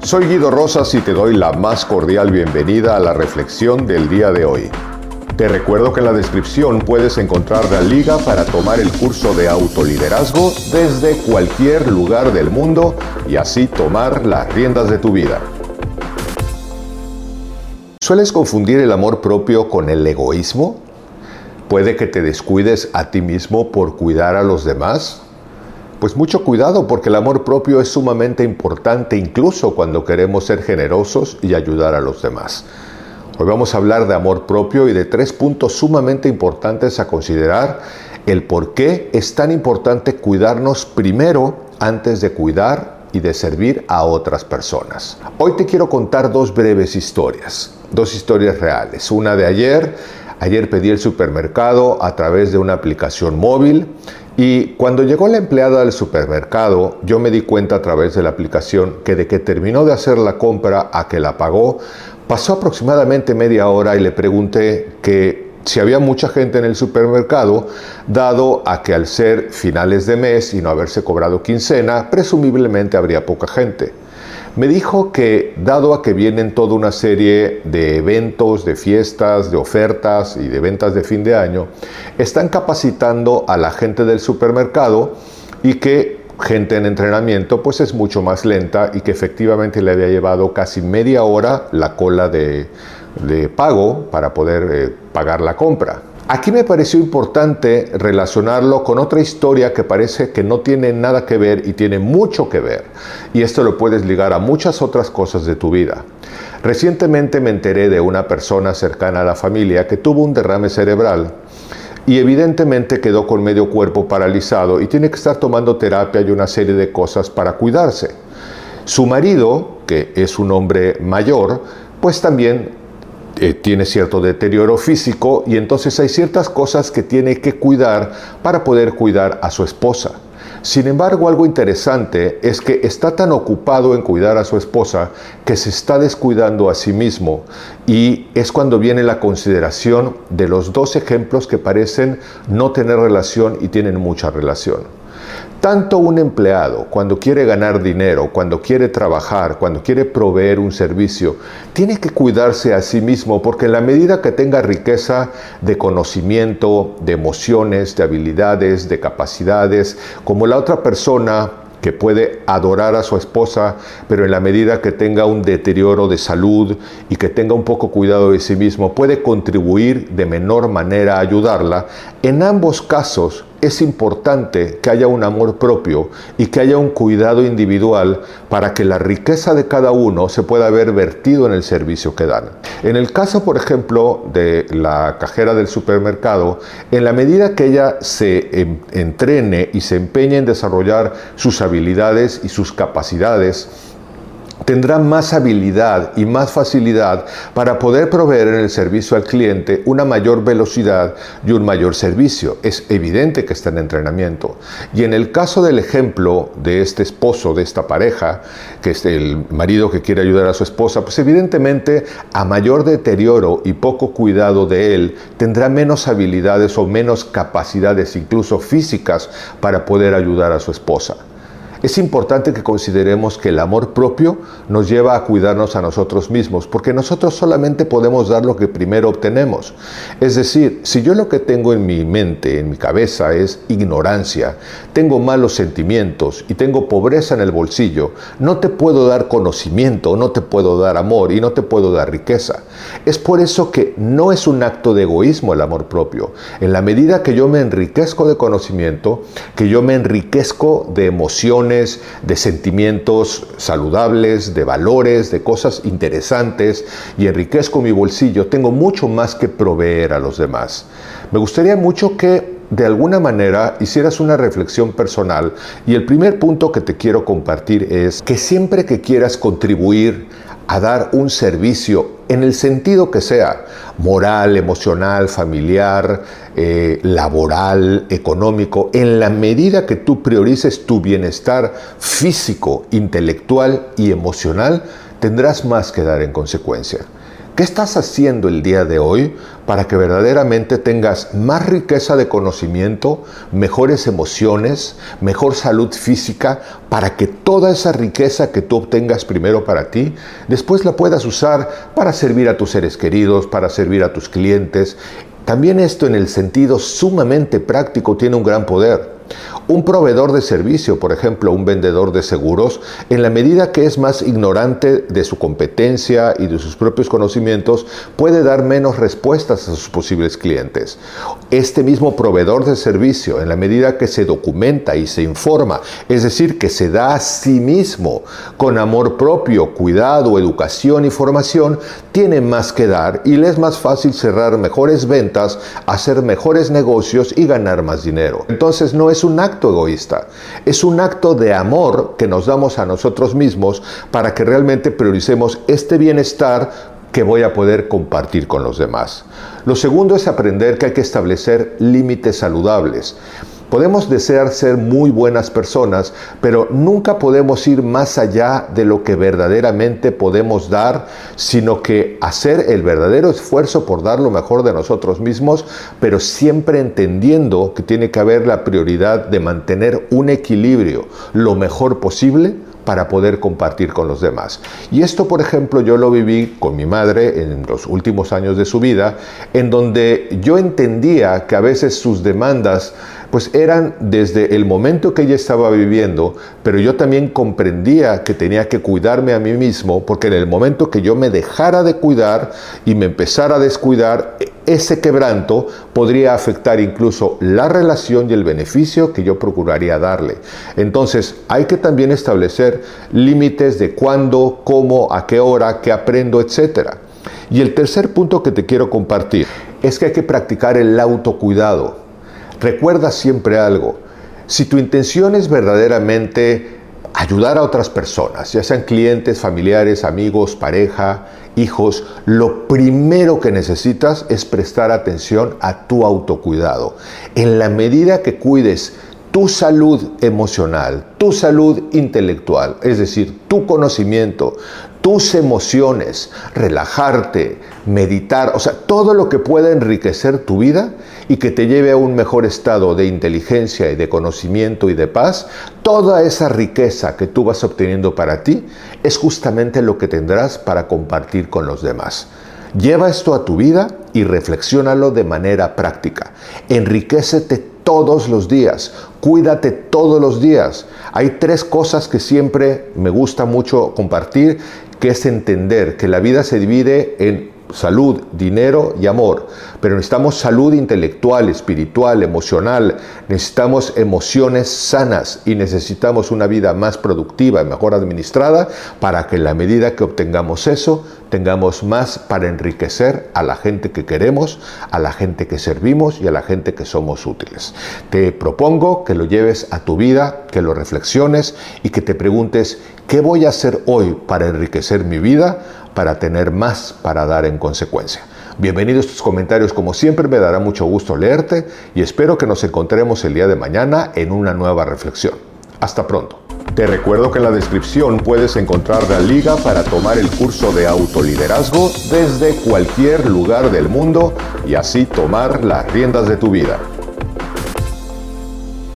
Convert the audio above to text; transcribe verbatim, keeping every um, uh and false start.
Soy Guido Rosas y te doy la más cordial bienvenida a la reflexión del día de hoy. Te recuerdo que en la descripción puedes encontrar la liga para tomar el curso de autoliderazgo desde cualquier lugar del mundo y así tomar las riendas de tu vida. ¿Sueles confundir el amor propio con el egoísmo? ¿Puede que te descuides a ti mismo por cuidar a los demás? Pues mucho cuidado, porque el amor propio es sumamente importante incluso cuando queremos ser generosos y ayudar a los demás. Hoy vamos a hablar de amor propio y de tres puntos sumamente importantes a considerar: el por qué es tan importante cuidarnos primero antes de cuidar y de servir a otras personas. Hoy te quiero contar dos breves historias, dos historias reales. Una de ayer, ayer pedí el supermercado a través de una aplicación móvil. Y cuando llegó la empleada del supermercado, yo me di cuenta a través de la aplicación que de que terminó de hacer la compra a que la pagó, pasó aproximadamente media hora y le pregunté que si había mucha gente en el supermercado, dado a que al ser finales de mes y no haberse cobrado quincena, presumiblemente habría poca gente. Me dijo que, dado a que vienen toda una serie de eventos, de fiestas, de ofertas y de ventas de fin de año, están capacitando a la gente del supermercado y que gente en entrenamiento pues es mucho más lenta y que efectivamente le había llevado casi media hora la cola de, de pago para poder eh, pagar la compra. Aquí me pareció importante relacionarlo con otra historia que parece que no tiene nada que ver y tiene mucho que ver. Y esto lo puedes ligar a muchas otras cosas de tu vida. Recientemente me enteré de una persona cercana a la familia que tuvo un derrame cerebral y evidentemente quedó con medio cuerpo paralizado y tiene que estar tomando terapia y una serie de cosas para cuidarse. Su marido, que es un hombre mayor, pues también Eh, tiene cierto deterioro físico y entonces hay ciertas cosas que tiene que cuidar para poder cuidar a su esposa. Sin embargo, algo interesante es que está tan ocupado en cuidar a su esposa que se está descuidando a sí mismo, y es cuando viene la consideración de los dos ejemplos que parecen no tener relación y tienen mucha relación. Tanto un empleado, cuando quiere ganar dinero, cuando quiere trabajar, cuando quiere proveer un servicio, tiene que cuidarse a sí mismo, porque en la medida que tenga riqueza de conocimiento, de emociones, de habilidades, de capacidades, como la otra persona que puede adorar a su esposa, pero en la medida que tenga un deterioro de salud y que tenga un poco cuidado de sí mismo, puede contribuir de menor manera a ayudarla. En ambos casos es importante que haya un amor propio y que haya un cuidado individual para que la riqueza de cada uno se pueda ver vertido en el servicio que dan. En el caso, por ejemplo, de la cajera del supermercado, en la medida que ella se entrene y se empeñe en desarrollar sus habilidades y sus capacidades, tendrá más habilidad y más facilidad para poder proveer en el servicio al cliente una mayor velocidad y un mayor servicio. Es evidente que está en entrenamiento. Y en el caso del ejemplo de este esposo, de esta pareja, que es el marido que quiere ayudar a su esposa, pues evidentemente a mayor deterioro y poco cuidado de él, tendrá menos habilidades o menos capacidades, incluso físicas, para poder ayudar a su esposa. Es importante que consideremos que el amor propio nos lleva a cuidarnos a nosotros mismos, porque nosotros solamente podemos dar lo que primero obtenemos. Es decir, si yo lo que tengo en mi mente, en mi cabeza, es ignorancia, tengo malos sentimientos y tengo pobreza en el bolsillo, no te puedo dar conocimiento, no te puedo dar amor y no te puedo dar riqueza. Es por eso que no es un acto de egoísmo el amor propio. En la medida que yo me enriquezco de conocimiento, que yo me enriquezco de emociones, de sentimientos saludables, de valores, de cosas interesantes, y enriquezco mi bolsillo, tengo mucho más que proveer a los demás. Me gustaría mucho que de alguna manera hicieras una reflexión personal, y el primer punto que te quiero compartir es que siempre que quieras contribuir a dar un servicio en el sentido que sea, moral, emocional, familiar, eh, laboral, económico, en la medida que tú priorices tu bienestar físico, intelectual y emocional, tendrás más que dar en consecuencia. ¿Qué estás haciendo el día de hoy para que verdaderamente tengas más riqueza de conocimiento, mejores emociones, mejor salud física, para que toda esa riqueza que tú obtengas primero para ti, después la puedas usar para servir a tus seres queridos, para servir a tus clientes? También esto, en el sentido sumamente práctico, tiene un gran poder. Un proveedor de servicio, por ejemplo, un vendedor de seguros, en la medida que es más ignorante de su competencia y de sus propios conocimientos, puede dar menos respuestas a sus posibles clientes. Este mismo proveedor de servicio, en la medida que se documenta y se informa, es decir, que se da a sí mismo con amor propio, cuidado, educación y formación, tiene más que dar y le es más fácil cerrar mejores ventas, hacer mejores negocios y ganar más dinero. Entonces no es un acto egoísta, es un acto de amor que nos damos a nosotros mismos para que realmente prioricemos este bienestar que voy a poder compartir con los demás. Lo segundo es aprender que hay que establecer límites saludables. Podemos desear ser muy buenas personas, pero nunca podemos ir más allá de lo que verdaderamente podemos dar, sino que hacer el verdadero esfuerzo por dar lo mejor de nosotros mismos, pero siempre entendiendo que tiene que haber la prioridad de mantener un equilibrio lo mejor posible para poder compartir con los demás. Y esto, por ejemplo, yo lo viví con mi madre en los últimos años de su vida, en donde yo entendía que a veces sus demandas pues eran desde el momento que ella estaba viviendo, pero yo también comprendía que tenía que cuidarme a mí mismo, porque en el momento que yo me dejara de cuidar y me empezara a descuidar, ese quebranto podría afectar incluso la relación y el beneficio que yo procuraría darle. Entonces hay que también establecer límites de cuándo, cómo, a qué hora, qué aprendo, etcétera. Y el tercer punto que te quiero compartir es que hay que practicar el autocuidado. Recuerda siempre algo: si tu intención es verdaderamente ayudar a otras personas, ya sean clientes, familiares, amigos, pareja, hijos, lo primero que necesitas es prestar atención a tu autocuidado. En la medida que cuides tu salud emocional, tu salud intelectual, es decir, tu conocimiento, tus emociones, relajarte, meditar, o sea, todo lo que pueda enriquecer tu vida y que te lleve a un mejor estado de inteligencia y de conocimiento y de paz, toda esa riqueza que tú vas obteniendo para ti es justamente lo que tendrás para compartir con los demás. Lleva esto a tu vida y reflexiónalo de manera práctica. Enriquécete todos los días, cuídate todos los días. Hay tres cosas que siempre me gusta mucho compartir, que es entender que la vida se divide en salud, dinero y amor, pero necesitamos salud intelectual, espiritual, emocional, necesitamos emociones sanas y necesitamos una vida más productiva y mejor administrada para que en la medida que obtengamos eso, tengamos más para enriquecer a la gente que queremos, a la gente que servimos y a la gente que somos útiles. Te propongo que lo lleves a tu vida, que lo reflexiones y que te preguntes: ¿qué voy a hacer hoy para enriquecer mi vida, para tener más para dar en consecuencia? Bienvenidos tus comentarios, como siempre me dará mucho gusto leerte y espero que nos encontremos el día de mañana en una nueva reflexión. Hasta pronto. Te recuerdo que en la descripción puedes encontrar la liga para tomar el curso de autoliderazgo desde cualquier lugar del mundo y así tomar las riendas de tu vida.